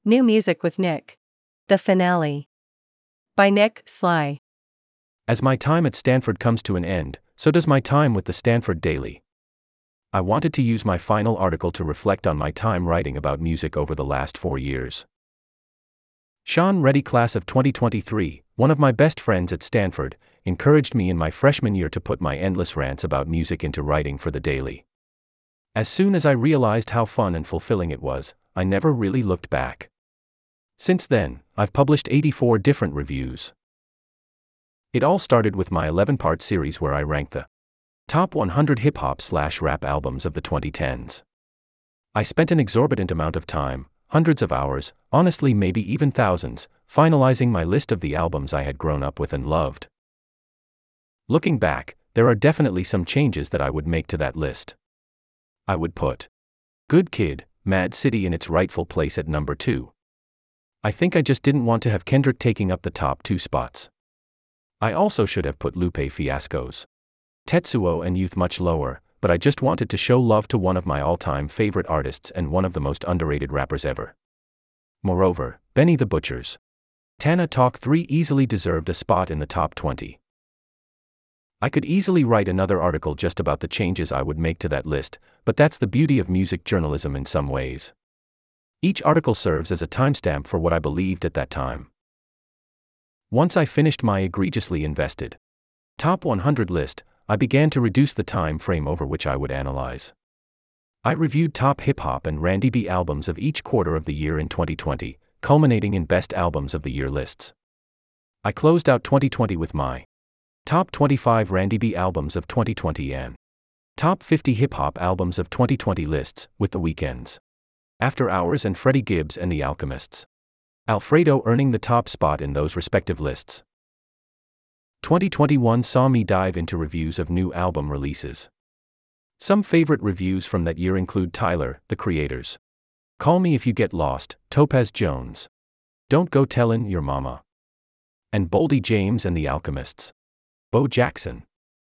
New Music with Nick. The Finale. By Nick Sly. As my time at Stanford comes to an end, so does my time with the Stanford Daily. I wanted to use my final article to reflect on my time writing about music over the last 4 years. Sean Reddy, class of 2023, one of my best friends at Stanford, encouraged me in my freshman year to put my endless rants about music into writing for the Daily. As soon as I realized how fun and fulfilling it was, I never really looked back. Since then, I've published 84 different reviews. It all started with my 11-part series where I ranked the top 100 hip-hop/rap albums of the 2010s. I spent an exorbitant amount of time, hundreds of hours, honestly maybe even thousands, finalizing my list of the albums I had grown up with and loved. Looking back, there are definitely some changes that I would make to that list. I would put Good Kid, Mad City in its rightful place at number 2. I think I just didn't want to have Kendrick taking up the top 2 spots. I also should have put Lupe Fiasco's Tetsuo and Youth much lower, but I just wanted to show love to one of my all-time favorite artists and one of the most underrated rappers ever. Moreover, Benny the Butcher's Tana Talk 3 easily deserved a spot in the top 20. I could easily write another article just about the changes I would make to that list, but that's the beauty of music journalism in some ways. Each article serves as a timestamp for what I believed at that time. Once I finished my egregiously invested top 100 list, I began to reduce the time frame over which I would analyze. I reviewed top hip-hop and Randy B albums of each quarter of the year in 2020, culminating in best albums of the year lists. I closed out 2020 with my top 25 Randy B albums of 2020 and top 50 hip-hop albums of 2020 lists, with The Weeknd's After Hours and Freddie Gibbs and The Alchemist's Alfredo earning the top spot in those respective lists. 2021 saw me dive into reviews of new album releases. Some favorite reviews from that year include Tyler, The Creator's Call Me If You Get Lost, Topaz Jones' Don't Go Tellin' Your Mama, and Boldy James and The Alchemist's Bo Jackson.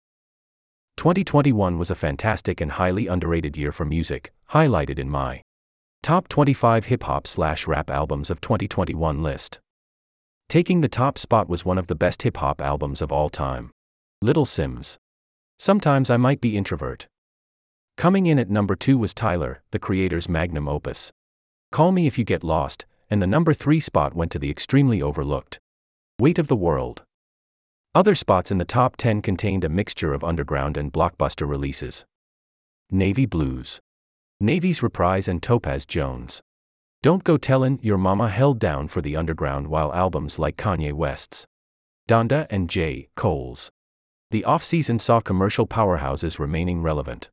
2021 was a fantastic and highly underrated year for music, highlighted in my top 25 hip-hop/rap albums of 2021 list. Taking the top spot was one of the best hip-hop albums of all time, Little Simz' Sometimes I Might Be Introvert. Coming in at number 2 was Tyler, The Creator's magnum opus, Call Me If You Get Lost, and the number 3 spot went to the extremely overlooked Weight of the World. Other spots in the top 10 contained a mixture of underground and blockbuster releases. Navy Blues, Navy's Reprise and Topaz Jones' Don't Go Tellin' Your Mama held down for the underground, while albums like Kanye West's Donda and J. Cole's The Off-Season saw commercial powerhouses remaining relevant.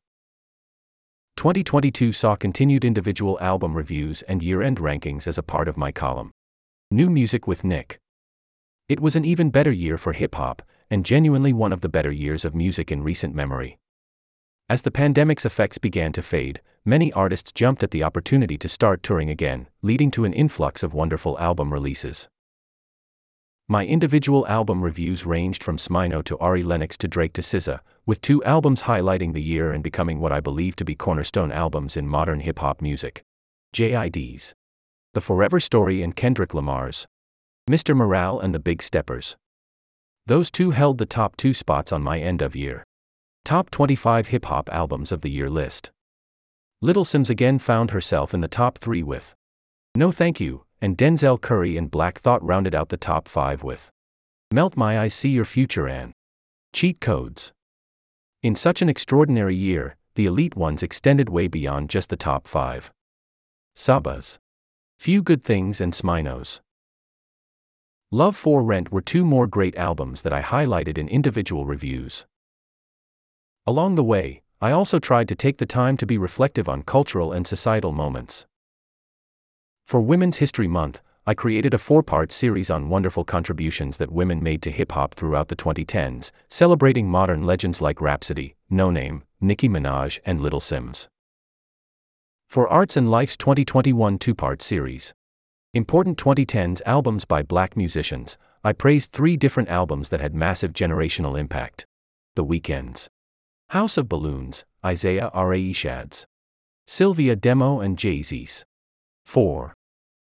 2022 saw continued individual album reviews and year-end rankings as a part of my column, New Music with Nick. It was an even better year for hip-hop, and genuinely one of the better years of music in recent memory. As the pandemic's effects began to fade, many artists jumped at the opportunity to start touring again, leading to an influx of wonderful album releases. My individual album reviews ranged from Smino to Ari Lennox to Drake to SZA, with 2 albums highlighting the year and becoming what I believe to be cornerstone albums in modern hip-hop music. JID's The Forever Story and Kendrick Lamar's Mr. Morale and the Big Steppers. Those 2 held the top 2 spots on my end-of-year top 25 hip-hop albums of the year list. Little Simz again found herself in the top 3 with No Thank You, and Denzel Curry and Black Thought rounded out the top 5 with Melt My Eyes See Your Future and Cheat Codes. In such an extraordinary year, the elite ones extended way beyond just the top 5. Saba's Few Good Things and Smino's Love for Rent were 2 more great albums that I highlighted in individual reviews. Along the way, I also tried to take the time to be reflective on cultural and societal moments. For Women's History Month, I created a 4-part series on wonderful contributions that women made to hip-hop throughout the 2010s, celebrating modern legends like Rhapsody, Noname, Nicki Minaj, and Little Simz. For Arts and Life's 2021 2-part series, Important 2010s Albums by Black Musicians, I praised 3 different albums that had massive generational impact. The Weeknd's House of Balloons, Isaiah Rashad's Sylvia Demo and Jay-Z's 4.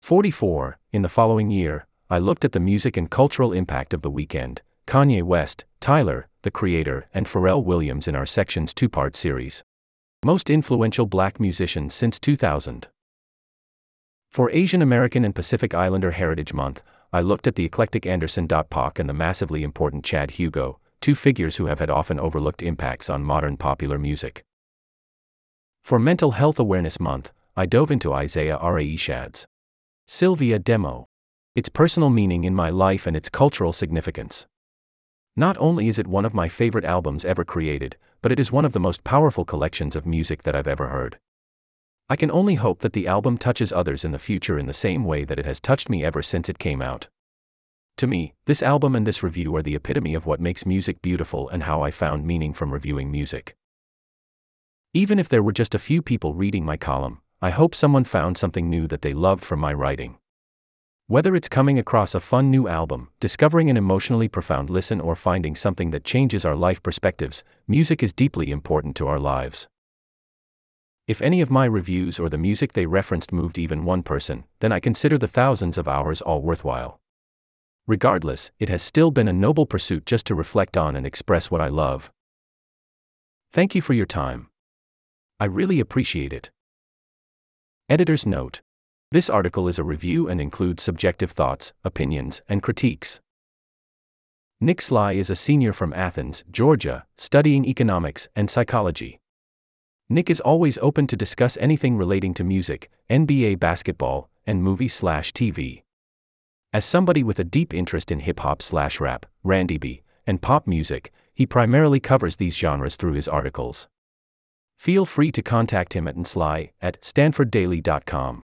44. In the following year, I looked at the music and cultural impact of The Weeknd, Kanye West, Tyler, The Creator, and Pharrell Williams in our Sections 2-part series. Most influential black musicians since 2000. For Asian American and Pacific Islander Heritage Month, I looked at the eclectic Anderson .Paak and the massively important Chad Hugo, two figures who have had often overlooked impacts on modern popular music. For Mental Health Awareness Month, I dove into Isaiah Rashad's Sylvia demo, its personal meaning in my life and its cultural significance. Not only is it one of my favorite albums ever created, but it is one of the most powerful collections of music that I've ever heard. I can only hope that the album touches others in the future in the same way that it has touched me ever since it came out. To me, this album and this review are the epitome of what makes music beautiful and how I found meaning from reviewing music. Even if there were just a few people reading my column, I hope someone found something new that they loved from my writing. Whether it's coming across a fun new album, discovering an emotionally profound listen, or finding something that changes our life perspectives, music is deeply important to our lives. If any of my reviews or the music they referenced moved even one person, then I consider the thousands of hours all worthwhile. Regardless, it has still been a noble pursuit just to reflect on and express what I love. Thank you for your time. I really appreciate it. Editor's note: this article is a review and includes subjective thoughts, opinions, and critiques. Nick Sly is a senior from Athens, Georgia, studying economics and psychology. Nick is always open to discuss anything relating to music, NBA basketball, and movie/TV. As somebody with a deep interest in hip-hop/rap, R&B, and pop music, he primarily covers these genres through his articles. Feel free to contact him at nsly@stanforddaily.com.